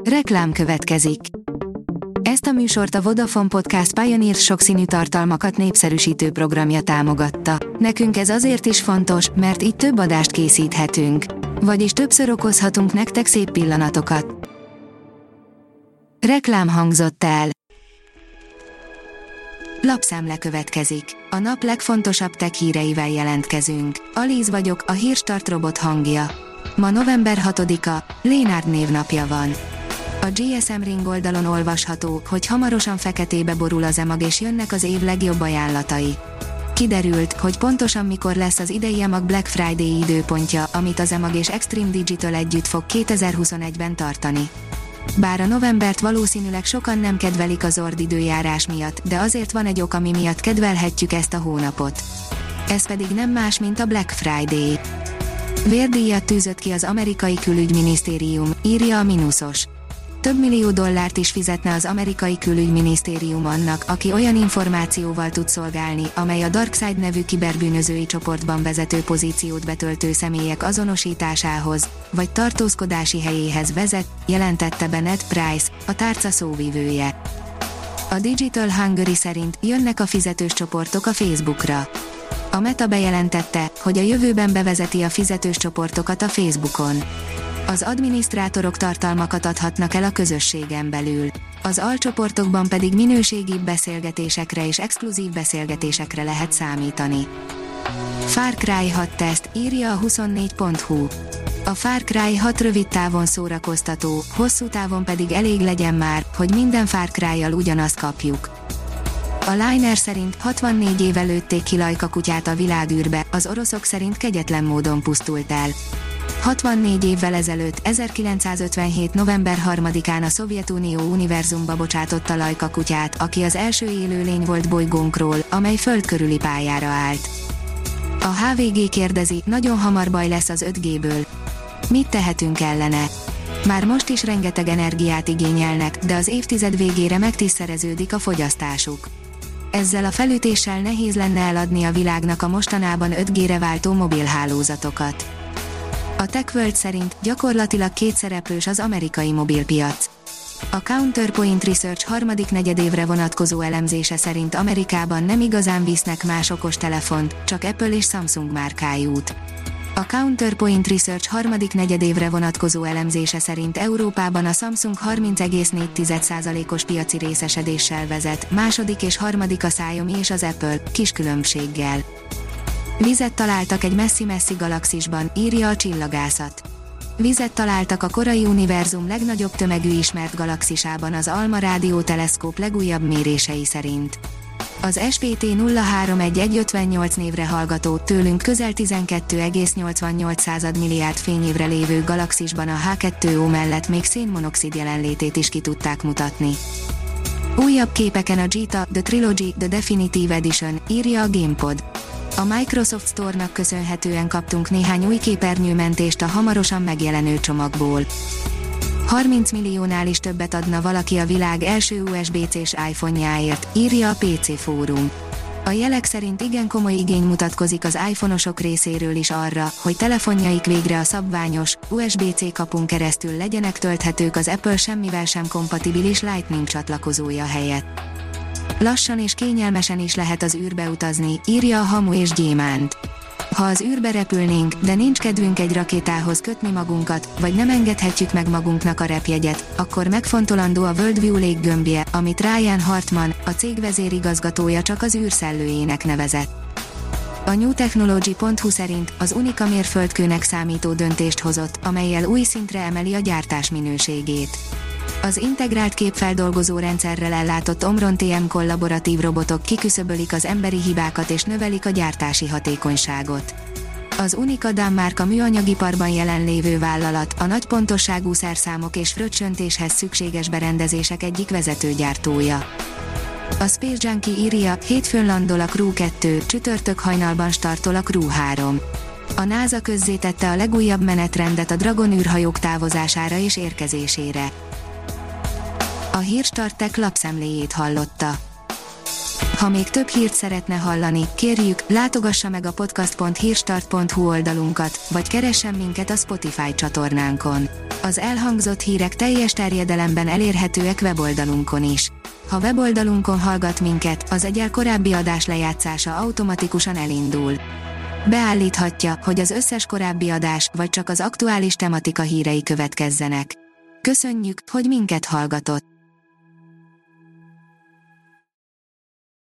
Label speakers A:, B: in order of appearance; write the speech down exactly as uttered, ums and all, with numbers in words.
A: Reklám következik. Ezt a műsort a Vodafone Podcast Pioneer sokszínű tartalmakat népszerűsítő programja támogatta. Nekünk ez azért is fontos, mert így több adást készíthetünk. Vagyis többször okozhatunk nektek szép pillanatokat. Reklám hangzott el. Lapszemle következik. A nap legfontosabb tech híreivel jelentkezünk. Alíz vagyok, a Hírstart robot hangja. Ma november hatodika, Lénárd névnapja van. A gé es em Ring oldalon olvasható, hogy hamarosan feketébe borul az e mag és jönnek az év legjobb ajánlatai. Kiderült, hogy pontosan mikor lesz az idei e mag Black Friday időpontja, amit az e mag és Extreme Digital együtt fog kétezer-huszonegyben tartani. Bár a novembert valószínűleg sokan nem kedvelik az zord időjárás miatt, de azért van egy ok, ami miatt kedvelhetjük ezt a hónapot. Ez pedig nem más, mint a Black Friday. Vérdíjat tűzött ki az amerikai külügyminisztérium, írja a Minusos. Több millió dollárt is fizetne az amerikai külügyminisztérium annak, aki olyan információval tud szolgálni, amely a DarkSide nevű kiberbűnözői csoportban vezető pozíciót betöltő személyek azonosításához, vagy tartózkodási helyéhez vezet, jelentette be Ned Price, a tárca szóvivője. A Digital Hungary szerint jönnek a fizetős csoportok a Facebookra. A Meta bejelentette, hogy a jövőben bevezeti a fizetős csoportokat a Facebookon. Az adminisztrátorok tartalmakat adhatnak el a közösségen belül. Az alcsoportokban pedig minőségibb beszélgetésekre és exkluzív beszélgetésekre lehet számítani. Far Cry hat teszt, írja a huszonnégy pont hu. A Far Cry hat rövid távon szórakoztató, hosszú távon pedig elég legyen már, hogy minden Far Cry-jal ugyanazt kapjuk. A Liner szerint hatvannégy éve lőtték ki Lajka kutyát a világűrbe, az oroszok szerint kegyetlen módon pusztult el. hatvannégy évvel ezelőtt, ezerkilencszázötvenhét november harmadikán a Szovjetunió univerzumba bocsátotta Lajka kutyát, aki az első élőlény volt bolygónkról, amely föld körüli pályára állt. A há vé gé kérdezi, nagyon hamar baj lesz az öt géből. Mit tehetünk ellene? Már most is rengeteg energiát igényelnek, de az évtized végére megtízszereződik a fogyasztásuk. Ezzel a felütéssel nehéz lenne eladni a világnak a mostanában öt gére váltó mobilhálózatokat. A TechWorld szerint gyakorlatilag kétszereplős az amerikai mobilpiac. A Counterpoint Research harmadik negyedévre vonatkozó elemzése szerint Amerikában nem igazán visznek más okostelefont, csak Apple és Samsung márkájút. A Counterpoint Research harmadik negyedévre vonatkozó elemzése szerint Európában a Samsung harminc egész négy százalékos piaci részesedéssel vezet, második és harmadik a Xiaomi és az Apple, kis különbséggel. Vizet találtak egy messzi-messzi galaxisban, írja a Csillagászat. Vizet találtak a korai univerzum legnagyobb tömegű ismert galaxisában az ALMA rádióteleszkóp legújabb mérései szerint. Az es pé té nulla három egy egy ötvennyolc névre hallgató, tőlünk közel tizenkét egész nyolcvannyolc milliárd fényévre lévő galaxisban a há kettő o mellett még szénmonoxid jelenlétét is ki tudták mutatni. Újabb képeken a Gita, The Trilogy, The Definitive Edition, írja a GamePod. A Microsoft Store-nak köszönhetően kaptunk néhány új képernyőmentést a hamarosan megjelenő csomagból. harminc milliónál is többet adna valaki a világ első u es bé cés iPhone-jáért, írja a pé cé Fórum. A jelek szerint igen komoly igény mutatkozik az iPhone-osok részéről is arra, hogy telefonjaik végre a szabványos, u es bé cé kapun keresztül legyenek tölthetők az Apple semmivel sem kompatibilis Lightning csatlakozója helyett. Lassan és kényelmesen is lehet az űrbe utazni, írja a Hamu és Gyémánt. Ha az űrbe repülnénk, de nincs kedvünk egy rakétához kötni magunkat, vagy nem engedhetjük meg magunknak a repjegyet, akkor megfontolandó a Worldview léggömbje, amit Ryan Hartman, a cég vezérigazgatója csak az űrszellőjének nevezett. A new technology pont hu szerint az Unica mérföldkőnek számító döntést hozott, amellyel új szintre emeli a gyártás minőségét. Az integrált képfeldolgozó rendszerrel ellátott Omron té em kollaboratív robotok kiküszöbölik az emberi hibákat és növelik a gyártási hatékonyságot. Az Unica Dánmárka műanyagiparban jelenlévő vállalat, a nagy pontosságú szerszámok és fröccsöntéshez szükséges berendezések egyik vezetőgyártója. A Space Junkie írja, hétfőn landol a Crew kettő, csütörtök hajnalban startol a Crew három. A NASA közzétette a legújabb menetrendet a Dragon űrhajók távozására és érkezésére. A Hírstart Tech lapszemléjét hallotta. Ha még több hírt szeretne hallani, kérjük, látogassa meg a podcast pont hírstart pont hu oldalunkat, vagy keressen minket a Spotify csatornánkon. Az elhangzott hírek teljes terjedelemben elérhetőek weboldalunkon is. Ha weboldalunkon hallgat minket, az egyel korábbi adás lejátszása automatikusan elindul. Beállíthatja, hogy az összes korábbi adás, vagy csak az aktuális tematika hírei következzenek. Köszönjük, hogy minket hallgatott!